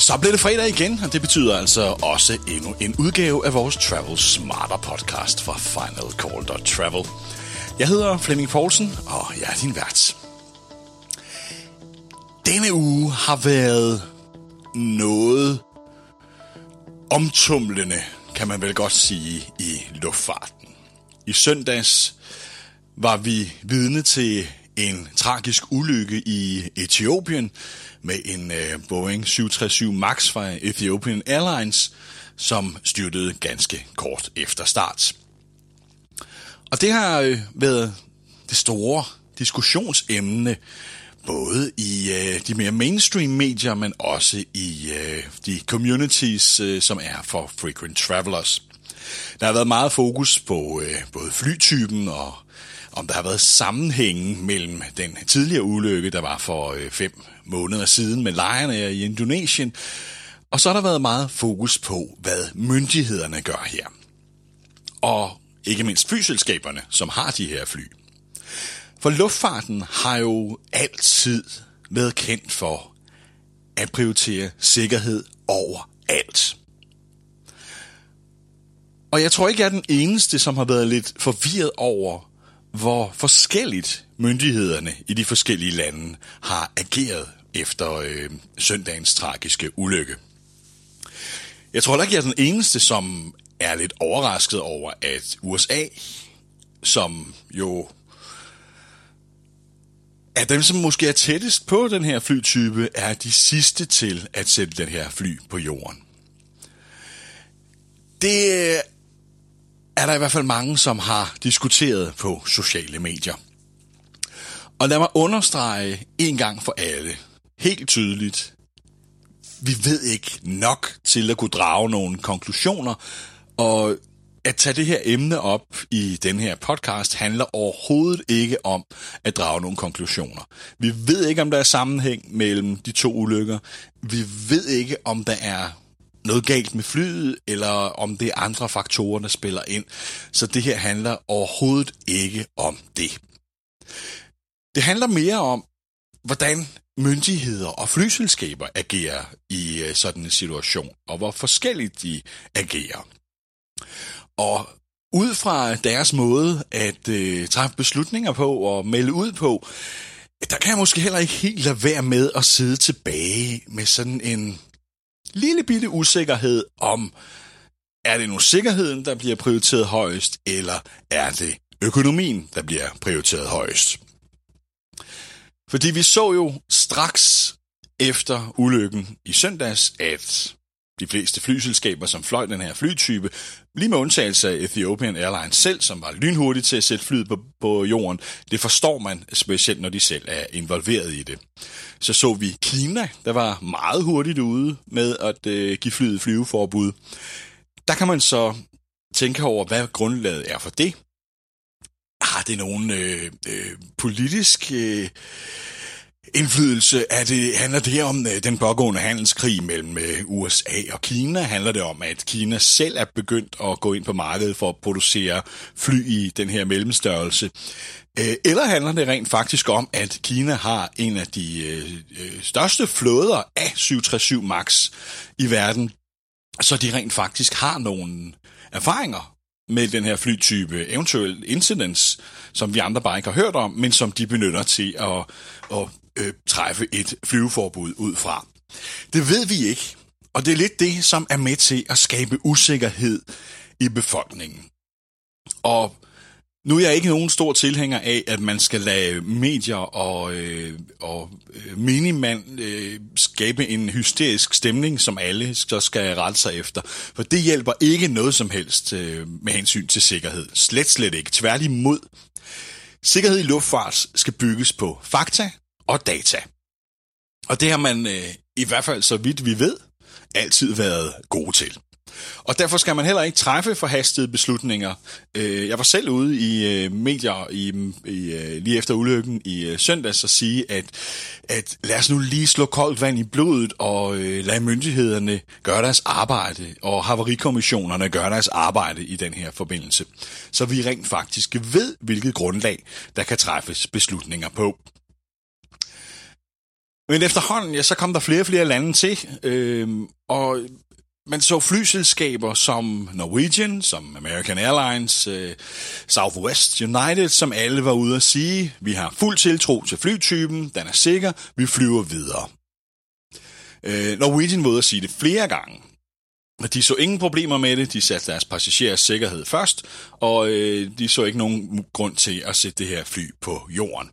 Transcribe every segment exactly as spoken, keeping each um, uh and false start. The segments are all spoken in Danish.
Så blev det fredag igen, og det betyder altså også endnu en udgave af vores Travel Smarter podcast fra Final Call dot travel. Jeg hedder Flemming Poulsen, og jeg er din vært. Denne uge har været noget omtumlende, kan man vel godt sige, i luftfarten. I søndags var vi vidne til en tragisk ulykke i Etiopien med en uh, Boeing syv tre syv Max fra Ethiopian Airlines, som styrtede ganske kort efter start. Og det har uh, været det store diskussionsemne, både i uh, de mere mainstream medier, men også i uh, de communities, uh, som er for frequent travelers. Der har været meget fokus på uh, både flytypen og om der har været sammenhængen mellem den tidligere ulykke, der var for øh, fem måneder siden med Lion Air i Indonesien, og så har der været meget fokus på, hvad myndighederne gør her. Og ikke mindst flyselskaberne, som har de her fly. For luftfarten har jo altid været kendt for at prioritere sikkerhed over alt. Og jeg tror ikke, jeg er den eneste, som har været lidt forvirret over, hvor forskelligt myndighederne i de forskellige lande har ageret efter øh, søndagens tragiske ulykke. Jeg tror heller ikke, jeg er den eneste, som er lidt overrasket over, at U S A, som jo er dem, som måske er tættest på den her flytype, er de sidste til at sætte den her fly på jorden. Det er der i hvert fald mange, som har diskuteret på sociale medier. Og lad mig understrege en gang for alle, helt tydeligt, vi ved ikke nok til at kunne drage nogle konklusioner, og at tage det her emne op i den her podcast handler overhovedet ikke om at drage nogle konklusioner. Vi ved ikke, om der er sammenhæng mellem de to ulykker. Vi ved ikke, om der er noget galt med flyet, eller om det er andre faktorer, der spiller ind. Så det her handler overhovedet ikke om det. Det handler mere om, hvordan myndigheder og flyselskaber agerer i sådan en situation, og hvor forskelligt de agerer. Og ud fra deres måde at øh, træffe beslutninger på og melde ud på, der kan jeg måske heller ikke helt lade være med at sidde tilbage med sådan en lille bitte usikkerhed om, er det nu sikkerheden, der bliver prioriteret højst, eller er det økonomien, der bliver prioriteret højst? Fordi vi så jo straks efter ulykken i søndags, at de fleste flyselskaber, som fløj den her flytype, lige med undtagelse af Ethiopian Airlines selv, som var lynhurtigt til at sætte flyet på, på jorden, det forstår man specielt, når de selv er involveret i det. Så så vi Kina, der var meget hurtigt ude med at øh, give flyet flyveforbud. Der kan man så tænke over, hvad grundlaget er for det. Har det nogen øh, øh, politisk øh, indflydelse? Er det, handler det om øh, den pågående handelskrig mellem øh, U S A og Kina? Handler det om, at Kina selv er begyndt at gå ind på markedet for at producere fly i den her mellemstørrelse? Øh, eller handler det rent faktisk om, at Kina har en af de øh, største flåder af syv tre syv Max i verden, så de rent faktisk har nogle erfaringer med den her flytype, eventuelt incidents, som vi andre bare ikke har hørt om, men som de benytter til at, at øh, træffe et flyveforbud ud fra. Det ved vi ikke, og det er lidt det, som er med til at skabe usikkerhed i befolkningen. Og nu er jeg ikke nogen stor tilhænger af, at man skal lade medier og, øh, og øh, minimand øh, skabe en hysterisk stemning, som alle så skal rette sig efter. For det hjælper ikke noget som helst øh, med hensyn til sikkerhed. Slet, slet ikke. Tværtimod. Sikkerhed i luftfart skal bygges på fakta og data. Og det har man øh, i hvert fald, så vidt vi ved, altid været gode til. Og derfor skal man heller ikke træffe forhastede beslutninger. Jeg var selv ude i medier i, i, lige efter ulykken i søndags og sige, at, at lad os nu lige slå koldt vand i blodet og lade myndighederne gøre deres arbejde, og havarikommissionerne gøre deres arbejde i den her forbindelse. Så vi rent faktisk ved, hvilket grundlag der kan træffes beslutninger på. Men efterhånden, ja, så kom der flere og flere lande til, øh, og man så flyselskaber som Norwegian, som American Airlines, øh, Southwest United, som alle var ude at sige, vi har fuld tiltro til flytypen, den er sikker, vi flyver videre. Øh, Norwegian var ude at sige det flere gange. De så ingen problemer med det, de satte deres passagerers sikkerhed først, og øh, de så ikke nogen grund til at sætte det her fly på jorden.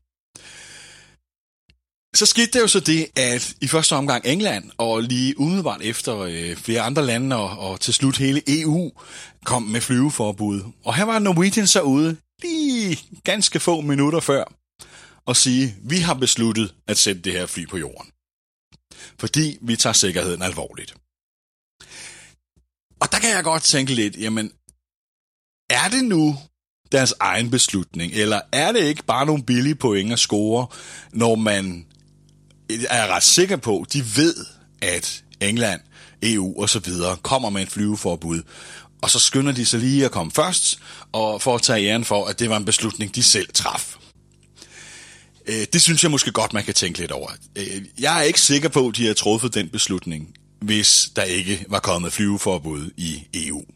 Så skete det jo så det, at i første omgang England, og lige umiddelbart efter øh, flere andre lande, og, og til slut hele E U, kom med flyveforbud. Og her var Norwegian så ude lige ganske få minutter før, og sige, vi har besluttet at sætte det her fly på jorden. Fordi vi tager sikkerheden alvorligt. Og der kan jeg godt tænke lidt, jamen, er det nu deres egen beslutning, eller er det ikke bare nogle billige point at score, når man er ret sikker på, de ved, at England, E U og så videre kommer med en flyveforbud, og så skynder de sig lige at komme først, og for at tage æren for, at det var en beslutning, de selv traf. Det synes jeg måske godt, man kan tænke lidt over. Jeg er ikke sikker på, at de har truffet den beslutning, hvis der ikke var kommet flyveforbud i E U.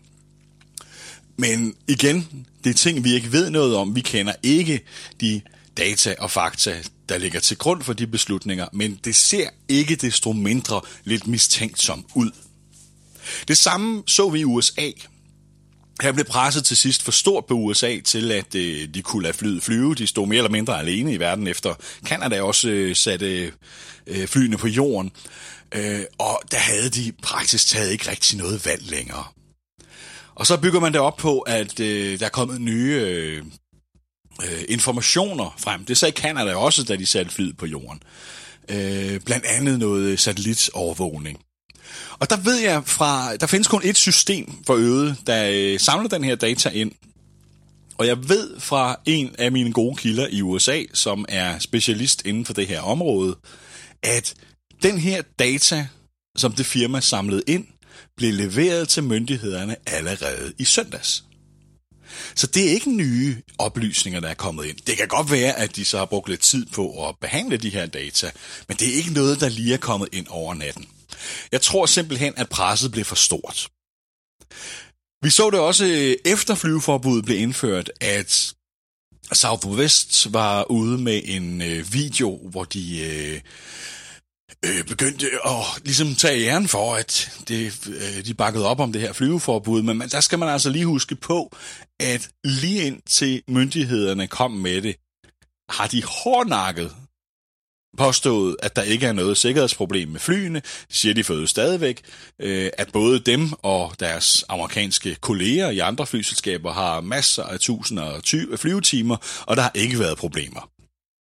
Men igen, det er ting, vi ikke ved noget om. Vi kender ikke de data og fakta, der ligger til grund for de beslutninger, men det ser ikke desto mindre lidt mistænksomt ud. Det samme så vi i U S A. Her blev presset til sidst for stort på U S A til, at øh, de kunne lade flyet flyve. De stod mere eller mindre alene i verden, efter Canada også øh, satte øh, flyene på jorden. Øh, og der havde de praktisk taget ikke rigtig noget valg længere. Og så bygger man det op på, at øh, der er kommet nye øh, øh, informationer frem. Det sagde Canada også, da de satte flyet på jorden. Øh, blandt andet noget satellitovervågning. Og der ved jeg fra, der findes kun et system for øget, der øh, samler den her data ind. Og jeg ved fra en af mine gode kilder i U S A, som er specialist inden for det her område, at den her data, som det firma samlede ind, blev leveret til myndighederne allerede i søndags. Så det er ikke nye oplysninger, der er kommet ind. Det kan godt være, at de så har brugt lidt tid på at behandle de her data, men det er ikke noget, der lige er kommet ind over natten. Jeg tror simpelthen, at presset blev for stort. Vi så det også efter flyveforbuddet blev indført, at Southwest var ude med en video, hvor de øh, øh, begyndte at ligesom tage æren for, at det, øh, de bakkede op om det her flyveforbud. Men der skal man altså lige huske på, at lige indtil myndighederne kom med det, har de hårdnakket påstået, at der ikke er noget sikkerhedsproblem med flyene. De siger, de føder stadigvæk, øh, at både dem og deres amerikanske kolleger i andre flyselskaber har masser af tusinder af flyvetimer, og der har ikke været problemer.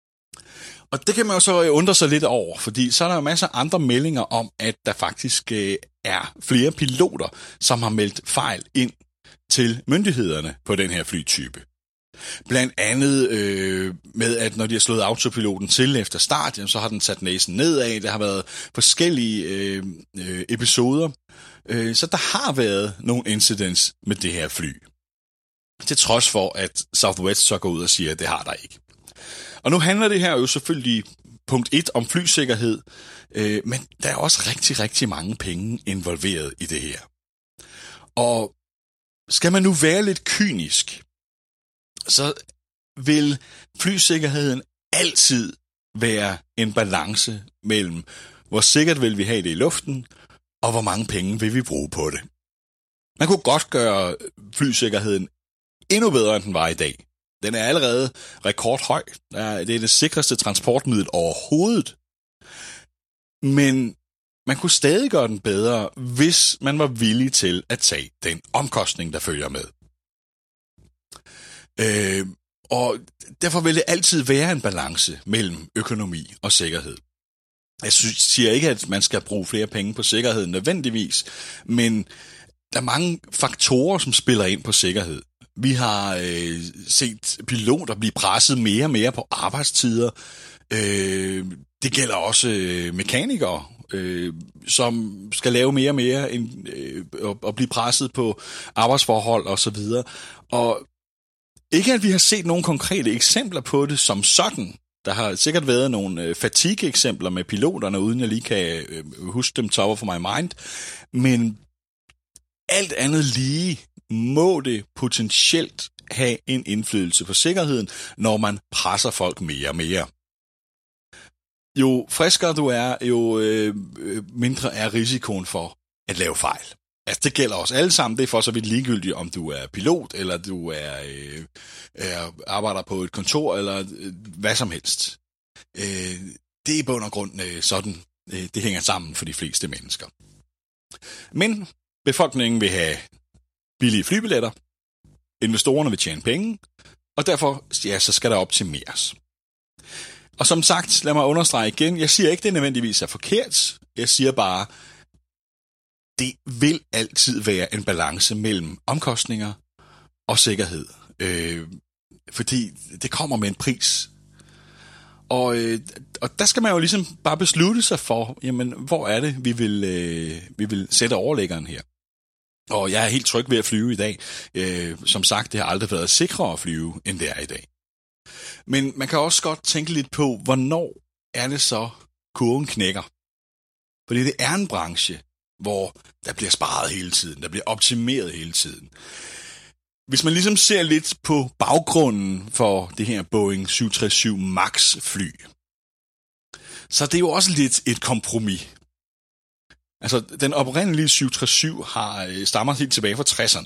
Og det kan man jo så undre sig lidt over, fordi så er der jo masser af andre meldinger om, at der faktisk øh, er flere piloter, som har meldt fejl ind til myndighederne på den her flytype. Blandt andet øh, med, at når de har slået autopiloten til efter start, jamen, så har den sat næsen nedad. Der har været forskellige øh, øh, episoder. Øh, så der har været nogle incidents med det her fly. Til trods for, at Southwest så går ud og siger, at det har der ikke. Og nu handler det her jo selvfølgelig punkt et om flysikkerhed, øh, men der er også rigtig, rigtig mange penge involveret i det her. Og skal man nu være lidt kynisk, så vil flysikkerheden altid være en balance mellem, hvor sikkert vil vi have det i luften, og hvor mange penge vil vi bruge på det. Man kunne godt gøre flysikkerheden endnu bedre, end den var i dag. Den er allerede rekordhøj. Det er det sikreste transportmiddel overhovedet. Men man kunne stadig gøre den bedre, hvis man var villig til at tage den omkostning, der følger med. Øh, og derfor vil det altid være en balance mellem økonomi og sikkerhed. Jeg siger ikke, at man skal bruge flere penge på sikkerhed nødvendigvis, men der er mange faktorer, som spiller ind på sikkerhed. Vi har øh, set piloter blive presset mere og mere på arbejdstider. Øh, det gælder også øh, mekanikere, øh, som skal lave mere og mere end, øh, og, og blive presset på arbejdsforhold osv. Og ikke at vi har set nogle konkrete eksempler på det som sådan, Der har sikkert været nogle øh, fatigue-eksempler med piloterne, uden jeg lige kan øh, huske dem top of my mind. Men alt andet lige må det potentielt have en indflydelse på sikkerheden, når man presser folk mere og mere. Jo friskere du er, jo øh, mindre er risikoen for at lave fejl. Altså, det gælder os alle sammen. Det er for så vidt ligegyldigt, om du er pilot, eller du er, øh, er arbejder på et kontor, eller øh, hvad som helst. Øh, det er i bund og grund øh, sådan, øh, det hænger sammen for de fleste mennesker. Men befolkningen vil have billige flybilletter, investorerne vil tjene penge, og derfor ja, så skal der optimeres. Og som sagt, lad mig understrege igen, jeg siger ikke, det nødvendigvis er forkert. Jeg siger bare, det vil altid være en balance mellem omkostninger og sikkerhed. Øh, fordi det kommer med en pris. Og, øh, og der skal man jo ligesom bare beslutte sig for, jamen, hvor er det, vi vil, øh, vi vil sætte overlæggeren her. Og jeg er helt tryg ved at flyve i dag. Øh, som sagt, det har aldrig været sikrere at flyve, end det er i dag. Men man kan også godt tænke lidt på, hvornår er det så, kurven knækker. Fordi det er en branche, hvor der bliver sparet hele tiden, der bliver optimeret hele tiden. Hvis man ligesom ser lidt på baggrunden for det her Boeing syv tre syv Max fly, så det er jo også lidt et kompromis. Altså, den oprindelige syv tre syv har stammer helt tilbage fra tresserne.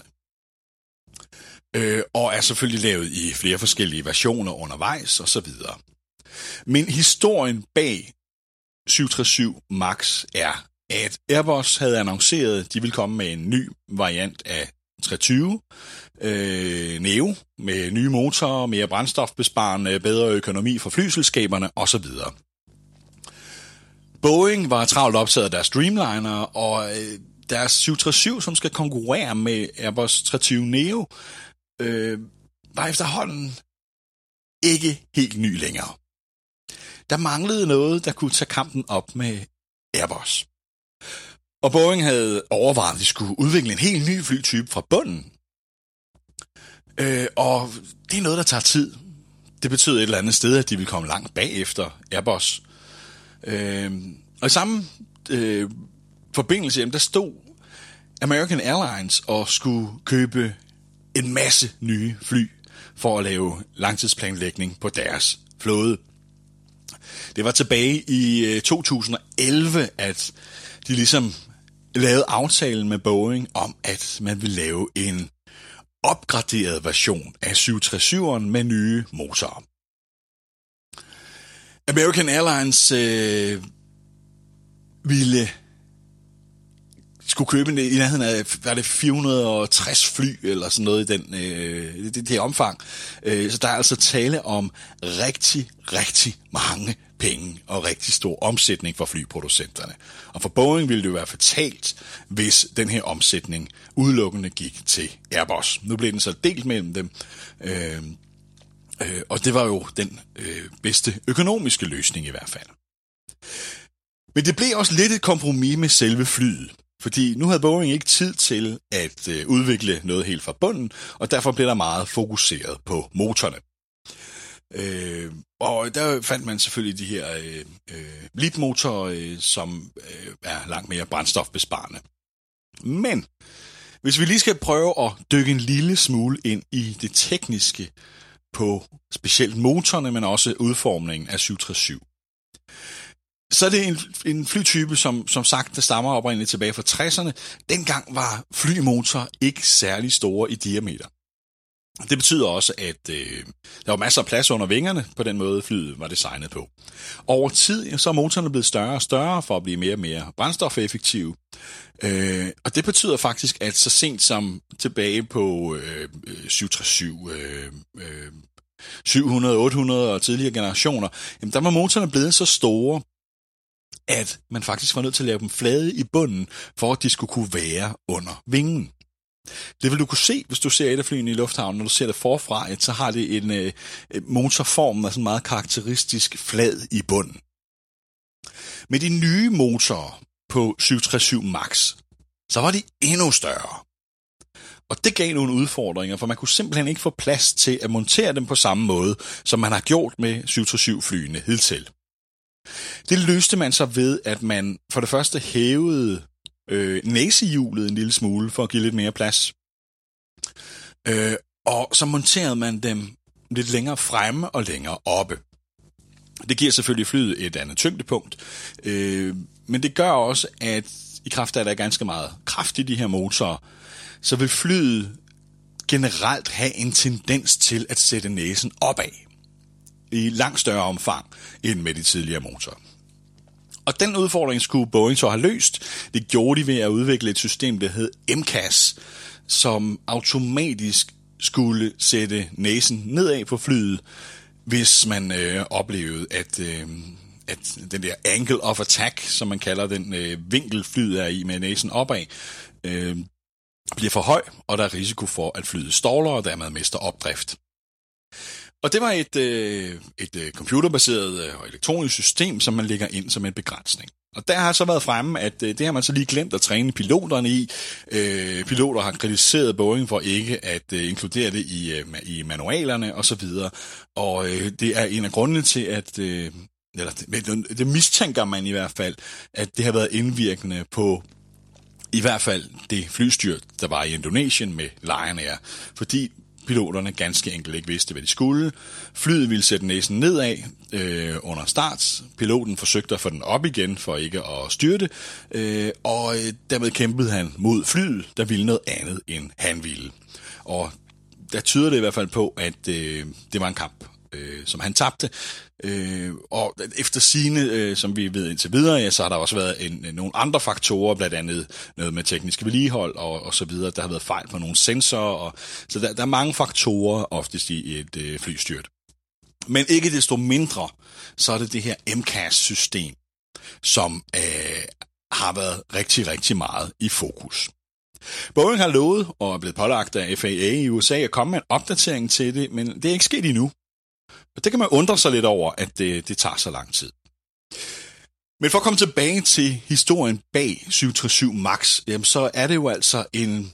Øh, og er selvfølgelig lavet i flere forskellige versioner undervejs og så videre. Men historien bag syv tre syv Max er, at Airbus havde annonceret, at de ville komme med en ny variant af tre tyve øh, Neo med nye motorer, mere brændstofbesparende, bedre økonomi for flyselskaberne osv. Boeing var travlt optaget af deres Dreamliner, og øh, deres syv tre syv, som skal konkurrere med Airbus tre tyve Neo, øh, var efterhånden ikke helt ny længere. Der manglede noget, der kunne tage kampen op med Airbus. Og Boeing havde overvejet, at de skulle udvikle en helt ny flytype fra bunden. Øh, og det er noget, der tager tid. Det betyder et eller andet sted, at de vil komme langt bagefter Airbus. Øh, og i samme øh, forbindelse, jamen, der stod American Airlines og skulle købe en masse nye fly for at lave langtidsplanlægning på deres flåde. Det var tilbage i to tusind og elleve, at de ligesom lavede aftalen med Boeing om, at man ville lave en opgraderet version af syv tre syveren med nye motorer. American Airlines øh, ville skulle købe en, i nærheden af, var det fire hundrede og tres fly, eller sådan noget i den, øh, det, det omfang. Øh, så der er altså tale om rigtig, rigtig mange penge og rigtig stor omsætning for flyproducenterne. Og for Boeing ville det jo være fatalt, hvis den her omsætning udelukkende gik til Airbus. Nu blev den så delt mellem dem, øh, øh, og det var jo den øh, bedste økonomiske løsning i hvert fald. Men det blev også lidt et kompromis med selve flyet. Fordi nu havde Boeing ikke tid til at øh, udvikle noget helt fra bunden, og derfor blev der meget fokuseret på motorerne. Øh, og der fandt man selvfølgelig de her øh, øh, LEAP-motorer, øh, som øh, er langt mere brændstofbesparende. Men hvis vi lige skal prøve at dykke en lille smule ind i det tekniske på specielt motorerne, men også udformningen af syv tre syv. Så er det en, en flytype, som, som sagt, der stammer oprindeligt tilbage fra tresserne. Dengang var flymotorer ikke særlig store i diameter. Det betyder også, at øh, der var masser af plads under vingerne, på den måde flyet var designet på. Over tid så er motorerne blevet større og større for at blive mere og mere brændstofeffektive. Øh, og det betyder faktisk, at så sent som tilbage på øh, syv tre syv, øh, øh, syv hundrede, otte hundrede og tidligere generationer, jamen, der var motorerne blevet så store, at man faktisk var nødt til at lave dem flade i bunden, for at de skulle kunne være under vingen. Det vil du kunne se, hvis du ser et af flyene i lufthavnen, når du ser det forfra, at så har det en øh, motorform, der er sådan meget karakteristisk flad i bunden. Med de nye motorer på syv tre syv Max, så var de endnu større. Og det gav nogle udfordringer, for man kunne simpelthen ikke få plads til at montere dem på samme måde, som man har gjort med syv tre syv flyene hidtil. Det løste man så ved, at man for det første hævede øh, næsehjulet en lille smule for at give lidt mere plads. Øh, og så monterede man dem lidt længere fremme og længere oppe. Det giver selvfølgelig flyet et andet tyngdepunkt, øh, men det gør også, at i kraft af, at der er ganske meget kraft i de her motorer, så vil flyet generelt have en tendens til at sætte næsen opad i langt større omfang end med de tidligere motorer. Og den udfordring skulle Boeing så have løst. Det gjorde de ved at udvikle et system, der hed M C A S, som automatisk skulle sætte næsen nedad på flyet, hvis man øh, oplevede, at, øh, at den der angle of attack, som man kalder den øh, vinkel, flyet er i med næsen opad, øh, bliver for høj, og der er risiko for, at flyet ståler og dermed mister opdrift. Og det var et, øh, et øh, computerbaseret og elektronisk system, som man lægger ind som en begrænsning. Og der har så været fremme, at øh, det har man så lige glemt at træne piloterne i. Øh, piloter har kritiseret Boeing for ikke at øh, inkludere det i, øh, i manualerne osv. Og øh, det er en af grundene til, at øh, eller det, det mistænker man i hvert fald, at det har været indvirkende på i hvert fald det flystyr, der var i Indonesien med Lion Air. Fordi piloterne ganske enkelt ikke vidste, hvad de skulle. Flyet ville sætte næsen nedad øh, under start. Piloten forsøgte at få den op igen for ikke at styrte, øh, og dermed kæmpede han mod flyet, der ville noget andet, end han ville. Og der tyder det i hvert fald på, at øh, det var en kamp, øh, som han tabte. Øh, og efter sigende, øh, som vi ved indtil videre, ja, så har der også været en, en, nogle andre faktorer, blandt andet noget med teknisk vedligehold og, og så videre. Der har været fejl på nogle sensorer, og, så der, der er mange faktorer oftest i et øh, flystyrt. Men ikke desto mindre, så er det det her M C A S-system, som øh, har været rigtig, rigtig meget i fokus. Boeing har lovet og er blevet pålagt af F A A i U S A at komme med en opdatering til det, men det er ikke sket endnu. Og det kan man undre sig lidt over, at det, det tager så lang tid. Men for at komme tilbage til historien bag syv tre syv MAX, jamen så er det jo altså en,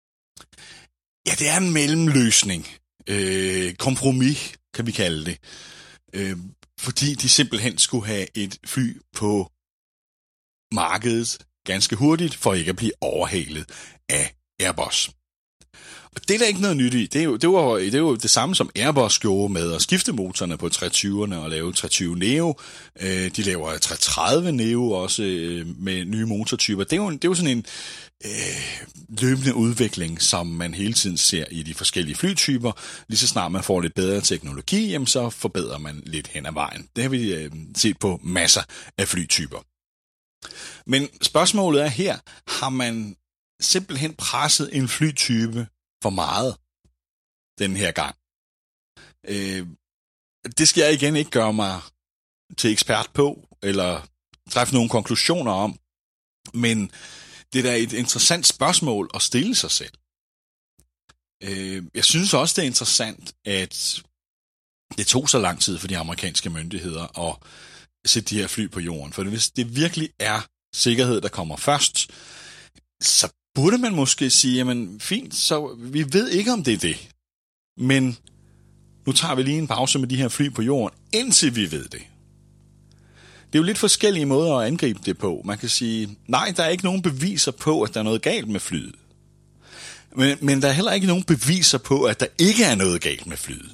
ja, det er en mellemløsning, øh, kompromis kan vi kalde det, øh, fordi de simpelthen skulle have et fly på markedet ganske hurtigt, for ikke at blive overhalet af Airbus. Og det er der ikke noget nyt i. Det er jo det, var, det, er jo det samme, som Airbus gjorde med at skifte motorerne på tre tyverne og lave tre tyve Neo. De laver tre tredive Neo også med nye motortyper. Det er jo, det er jo sådan en øh, løbende udvikling, som man hele tiden ser i de forskellige flytyper. Lige så snart man får lidt bedre teknologi, jamen så forbedrer man lidt hen ad vejen. Det har vi øh, set på masser af flytyper. Men spørgsmålet er her, har man simpelthen presset en flytype for meget den her gang? Øh, det skal jeg igen ikke gøre mig til ekspert på, eller træffe nogle konklusioner om, men det er da et interessant spørgsmål at stille sig selv. Øh, jeg synes også, det er interessant, at det tog så lang tid for de amerikanske myndigheder at sætte de her fly på jorden, for hvis det virkelig er sikkerhed, der kommer først, så burde man måske sige, jamen fint, så vi ved ikke, om det er det. Men nu tager vi lige en pause med de her fly på jorden, indtil vi ved det. Det er jo lidt forskellige måder at angribe det på. Man kan sige, nej, der er ikke nogen beviser på, at der er noget galt med flyet. Men, men der er heller ikke nogen beviser på, at der ikke er noget galt med flyet.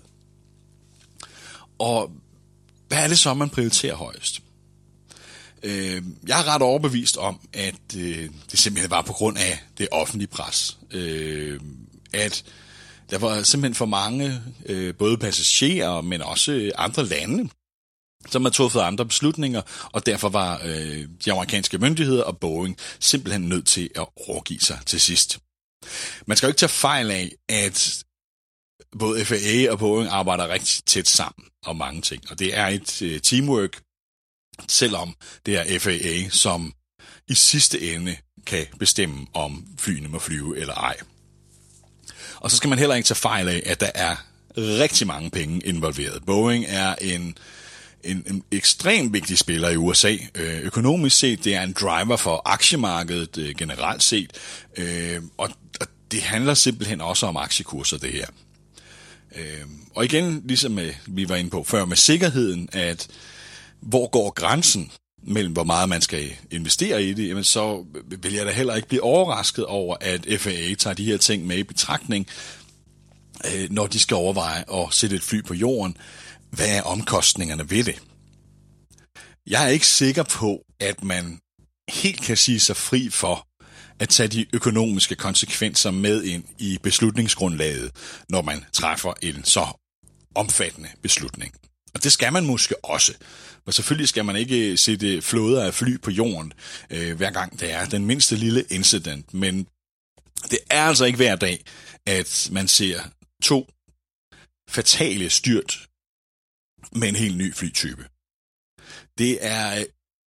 Og hvad er det så, man prioriterer højst? Jeg er ret overbevist om, at det simpelthen var på grund af det offentlige pres. At der var simpelthen for mange, både passagerer, men også andre lande, som har truffet andre beslutninger, og derfor var de amerikanske myndigheder og Boeing simpelthen nødt til at overgive sig til sidst. Man skal jo ikke tage fejl af, at både F A A og Boeing arbejder rigtig tæt sammen om mange ting, og det er et teamwork, selvom det er F A A, som i sidste ende kan bestemme, om flyene må flyve eller ej. Og så skal man heller ikke tage fejl af, at der er rigtig mange penge involveret. Boeing er en, en, en ekstremt vigtig spiller i U S A. Økonomisk set, det er en driver for aktiemarkedet generelt set. Og det handler simpelthen også om aktiekurser, det her. Øh, og igen, ligesom med, vi var inde på før med sikkerheden, at hvor går grænsen mellem hvor meget man skal investere i det, jamen så vil jeg da heller ikke blive overrasket over, at F A A tager de her ting med i betragtning, øh, når de skal overveje at sætte et fly på jorden. Hvad er omkostningerne ved det? Jeg er ikke sikker på, at man helt kan sige sig fri for at tage de økonomiske konsekvenser med ind i beslutningsgrundlaget, når man træffer en så omfattende beslutning. Og det skal man måske også. Men selvfølgelig skal man ikke sætte flåder af fly på jorden, øh, hver gang der er den mindste lille incident. Men det er altså ikke hver dag, at man ser to fatale styrt med en helt ny flytype. Det er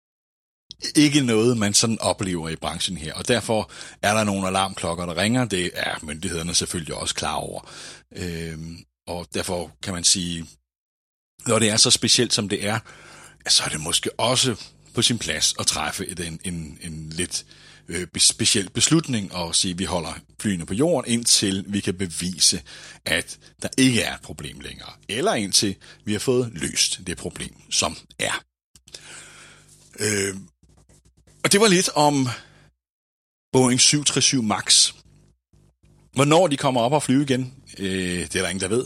ikke noget, man sådan oplever i branchen her, og derfor er der nogle alarmklokker, der ringer. Det er myndighederne selvfølgelig også klar over. Øhm, og derfor kan man sige, når det er så specielt, som det er, så er det måske også på sin plads at træffe en, en, en lidt øh, speciel beslutning og sige, at vi holder flyene på jorden, indtil vi kan bevise, at der ikke er et problem længere, eller indtil vi har fået løst det problem, som er. Øh, og det var lidt om Boeing syv tre syv Max. Hvornår de kommer op og flyve igen, øh, det er der ingen, der ved.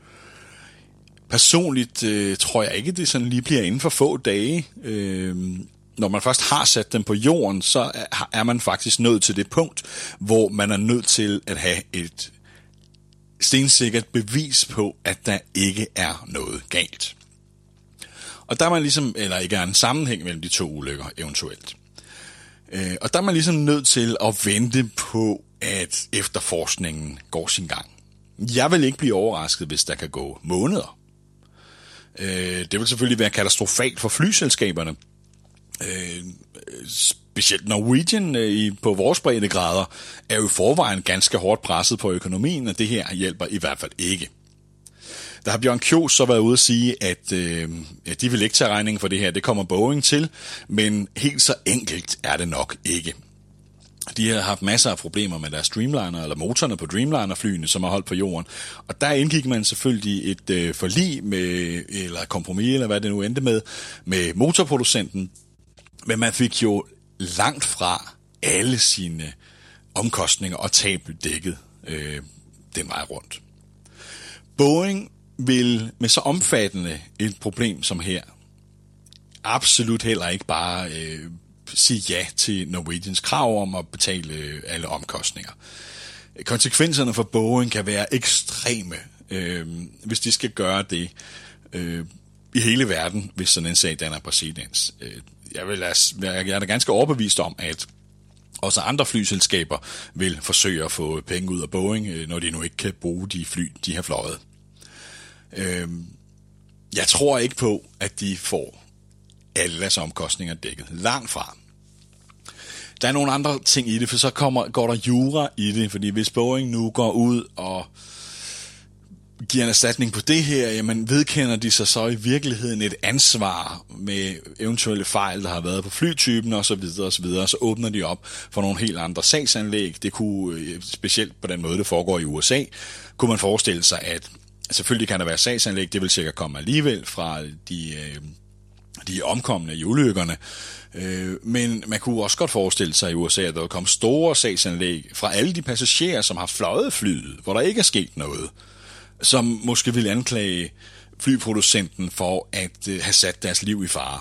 Personligt øh, tror jeg ikke, det sådan lige bliver inden for få dage. Øh, når man først har sat dem på jorden, så er, er man faktisk nået til det punkt, hvor man er nødt til at have et stensikkert bevis på, at der ikke er noget galt. Og der er man ligesom, eller ikke er en sammenhæng mellem de to ulykker eventuelt. Øh, og der er man ligesom nødt til at vente på, at efterforskningen går sin gang. Jeg vil ikke blive overrasket, hvis der kan gå måneder. Øh, det vil selvfølgelig være katastrofalt for flyselskaberne. Øh, specielt Norwegian øh, i, på vores breddegrader er jo i forvejen ganske hårdt presset på økonomien, og det her hjælper i hvert fald ikke. Der har Bjørn Kjos så været ude at sige, at øh, ja, de vil ikke tage regningen for det her, det kommer Boeing til, men helt så enkelt er det nok ikke. De har haft masser af problemer med deres Dreamliner, eller motorerne på Dreamliner-flyene, som har holdt på jorden. Og der indgik man selvfølgelig et øh, forlig med, eller kompromis, eller hvad det nu endte med, med motorproducenten. Men man fik jo langt fra alle sine omkostninger og tab dækket øh, den vej rundt. Boeing vil med så omfattende et problem som her absolut heller ikke bare øh, sige ja til Norwegians krav om at betale alle omkostninger. Konsekvenserne for Boeing kan være ekstreme, øh, hvis de skal gøre det øh, i hele verden, hvis sådan en sag danner præcedens. Øh, jeg, vil altså, jeg er da ganske overbevist om, at også andre flyselskaber vil forsøge at få penge ud af Boeing, når de nu ikke kan bruge de fly, de har fløjet. Øh, jeg tror ikke på, at de får alle deres omkostninger dækket. Langt fra. Der er nogle andre ting i det, for så kommer, går der jura i det, fordi hvis Boeing nu går ud og giver en erstatning på det her, jamen vedkender de sig så i virkeligheden et ansvar med eventuelle fejl, der har været på flytypen og så videre og så videre, så åbner de op for nogle helt andre sagsanlæg. Det kunne, specielt på den måde, det foregår i U S A, kunne man forestille sig, at selvfølgelig kan der være sagsanlæg, det vil sikkert komme alligevel fra de de omkomne i ulykkerne, øh, men man kunne også godt forestille sig i U S A, at der vil komme store sagsanlæg fra alle de passagerer, som har fløjet flyet, hvor der ikke er sket noget, som måske vil anklage flyproducenten for at øh, have sat deres liv i fare.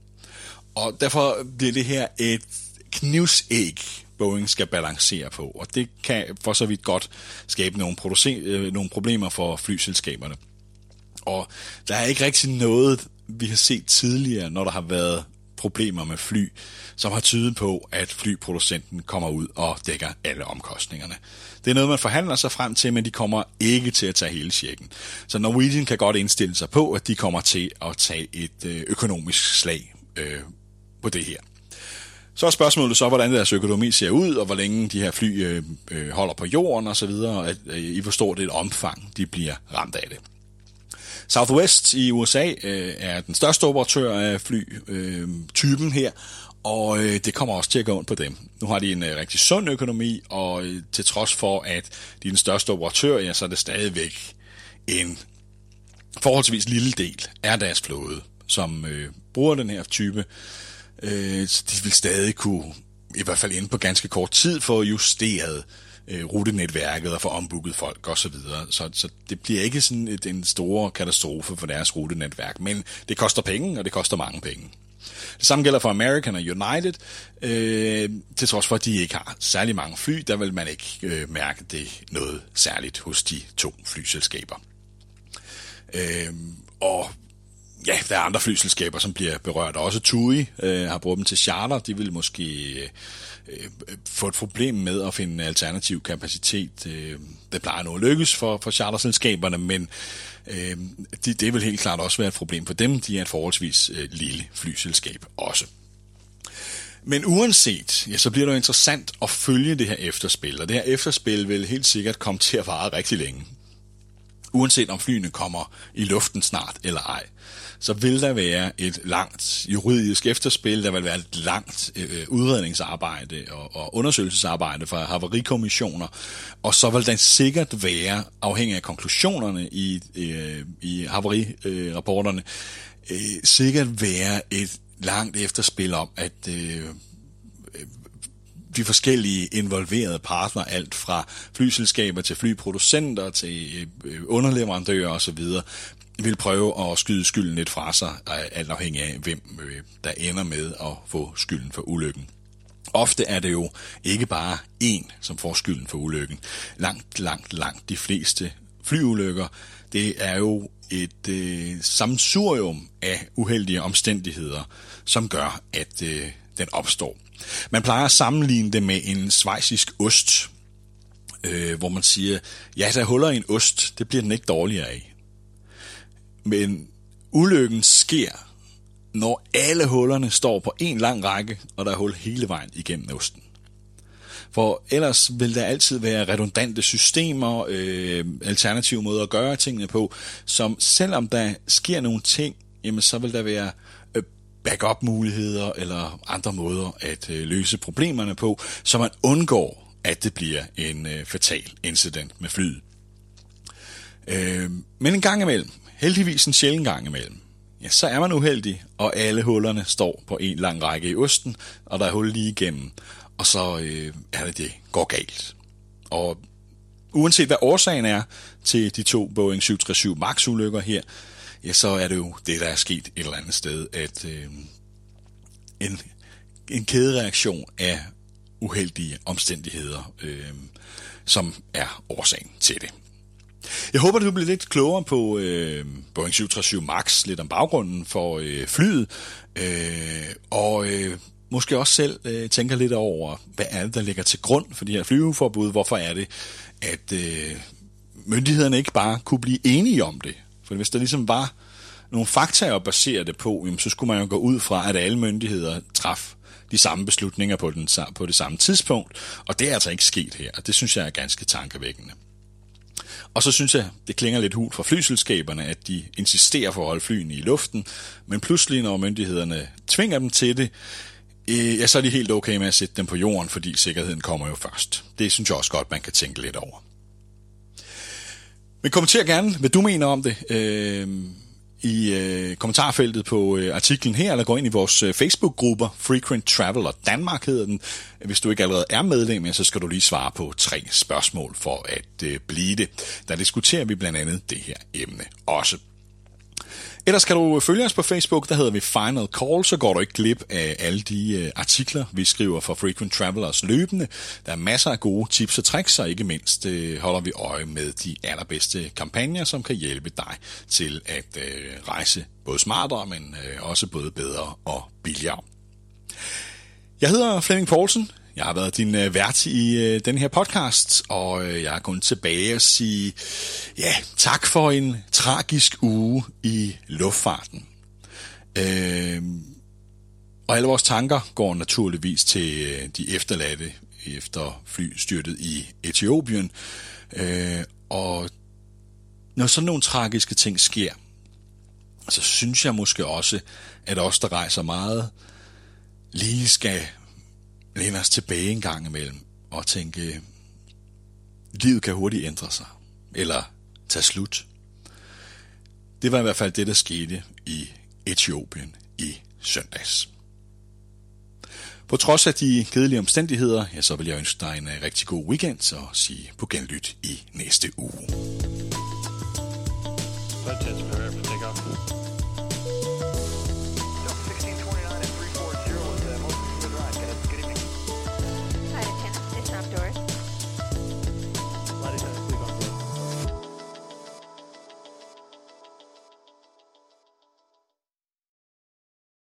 Og derfor bliver det her et knivsæg, Boeing skal balancere på, og det kan for så vidt godt skabe nogle, produce- øh, nogle problemer for flyselskaberne. Og der er ikke rigtig noget, vi har set tidligere, når der har været problemer med fly, som har tydet på, at flyproducenten kommer ud og dækker alle omkostningerne. Det er noget, man forhandler sig frem til, men de kommer ikke til at tage hele checken. Så Norwegian kan godt indstille sig på, at de kommer til at tage et økonomisk slag øh, på det her. Så er spørgsmålet så, hvordan deres økonomi ser ud, og hvor længe de her fly øh, øh, holder på jorden osv., og at, øh, i hvor stort et omfang de bliver ramt af det. Southwest i U S A øh, er den største operatør af flytypen øh, her, Og øh, det kommer også til at gå ondt på dem. Nu har de en øh, rigtig sund økonomi, og øh, til trods for, at de er den største operatør, ja, så er det stadigvæk en forholdsvis lille del af deres flåde, som øh, bruger den her type. Øh, så de vil stadig kunne, i hvert fald inden på ganske kort tid, få justeret øh, rutenetværket og få ombooket folk osv. Så, så, så det bliver ikke sådan et, en stor katastrofe for deres rutenetværk, men det koster penge, og det koster mange penge. Det samme gælder for American og United. Øh, til trods for, at de ikke har særlig mange fly, der vil man ikke øh, mærke det noget særligt hos de to flyselskaber. Øh, og ja, der er andre flyselskaber, som bliver berørt. Også TUI øh, har brugt dem til charter. De vil måske øh, få et problem med at finde alternativ kapacitet. Øh, det plejer nu at lykkes for, for charterselskaberne, men øh, det, det vil helt klart også være et problem for dem. De er et forholdsvis øh, lille flyselskab også. Men uanset, ja, så bliver det jo interessant at følge det her efterspil, og det her efterspil vil helt sikkert komme til at vare rigtig længe. Uanset om flyene kommer i luften snart eller ej, så vil der være et langt juridisk efterspil, der vil være et langt øh, udredningsarbejde og, og undersøgelsesarbejde fra havarikommissioner, og så vil der sikkert være, afhængig af konklusionerne i, øh, i havarirapporterne, øh, sikkert være et langt efterspil om, at øh, de forskellige involverede partnere, alt fra flyselskaber til flyproducenter til underleverandører osv., vil prøve at skyde skylden lidt fra sig, alt afhængig af, hvem der ender med at få skylden for ulykken. Ofte er det jo ikke bare én, som får skylden for ulykken. Langt, langt, langt de fleste flyulykker, det er jo et øh, sammensurium af uheldige omstændigheder, som gør, at øh, den opstår. Man plejer at sammenligne det med en schweizisk ost, øh, hvor man siger, ja, der er huller i en ost, det bliver den ikke dårligere af. Men ulykken sker, når alle hullerne står på en lang række, og der er hul hele vejen igennem osten. For ellers vil der altid være redundante systemer, øh, alternative måder at gøre tingene på, som selvom der sker nogle ting, jamen så vil der være backup-muligheder eller andre måder at øh, løse problemerne på, så man undgår, at det bliver en øh, fatal incident med flyet. Øh, men en gang imellem, heldigvis en sjælden gang imellem, ja, så er man uheldig, og alle hullerne står på en lang række i osten, og der er hul lige igennem, og så øh, er det, det går galt. Og uanset hvad årsagen er til de to Boeing syv tre syv Max-ulykker her, ja, så er det jo det, der er sket et eller andet sted, at øh, en, en kædereaktion af uheldige omstændigheder, øh, som er årsagen til det. Jeg håber, du bliver lidt klogere på øh, Boeing syv tre syv Max, lidt om baggrunden for øh, flyet, øh, og øh, måske også selv øh, tænker lidt over, hvad er det, der ligger til grund for de her flyveforbud? Hvorfor er det, at øh, myndighederne ikke bare kunne blive enige om det? For hvis der ligesom var nogle fakta at basere det på, jamen, så skulle man jo gå ud fra, at alle myndigheder traf de samme beslutninger på, den, på det samme tidspunkt, og det er altså ikke sket her, og det synes jeg er ganske tankevækkende. Og så synes jeg, det klinger lidt hult fra flyselskaberne, at de insisterer for at holde flyene i luften, men pludselig, når myndighederne tvinger dem til det, øh, ja, så er de helt okay med at sætte dem på jorden, fordi sikkerheden kommer jo først. Det synes jeg også godt, man kan tænke lidt over. Men kommenter gerne, hvad du mener om det øh, i øh, kommentarfeltet på øh, artiklen her, eller gå ind i vores øh, Facebook-grupper, Frequent Traveler Danmark hedder den. Hvis du ikke allerede er medlem, så skal du lige svare på tre spørgsmål for at øh, blive det. Der diskuterer vi blandt andet det her emne også. Ellers kan du følge os på Facebook, der hedder vi Final Call, så går du ikke glip af alle de øh, artikler, vi skriver for Frequent Travelers løbende. Der er masser af gode tips og tricks, og ikke mindst øh, holder vi øje med de allerbedste kampagner, som kan hjælpe dig til at øh, rejse både smartere, men øh, også både bedre og billigere. Jeg hedder Flemming Poulsen. Jeg har været din øh, vært i øh, den her podcast, og øh, jeg er gået tilbage og sige ja, tak for en tragisk uge i luftfarten. Øh, og alle vores tanker går naturligvis til øh, de efterladte efter flystyrtet i Etiopien. Øh, og når sådan nogle tragiske ting sker, så synes jeg måske også, at os, der rejser meget, lige skal læne os tilbage en gang imellem og tænke, livet kan hurtigt ændre sig, eller tage slut. Det var i hvert fald det, der skete i Etiopien i søndags. På trods af de kedelige omstændigheder, ja, så vil jeg ønske dig en rigtig god weekend og sige på genlyt i næste uge.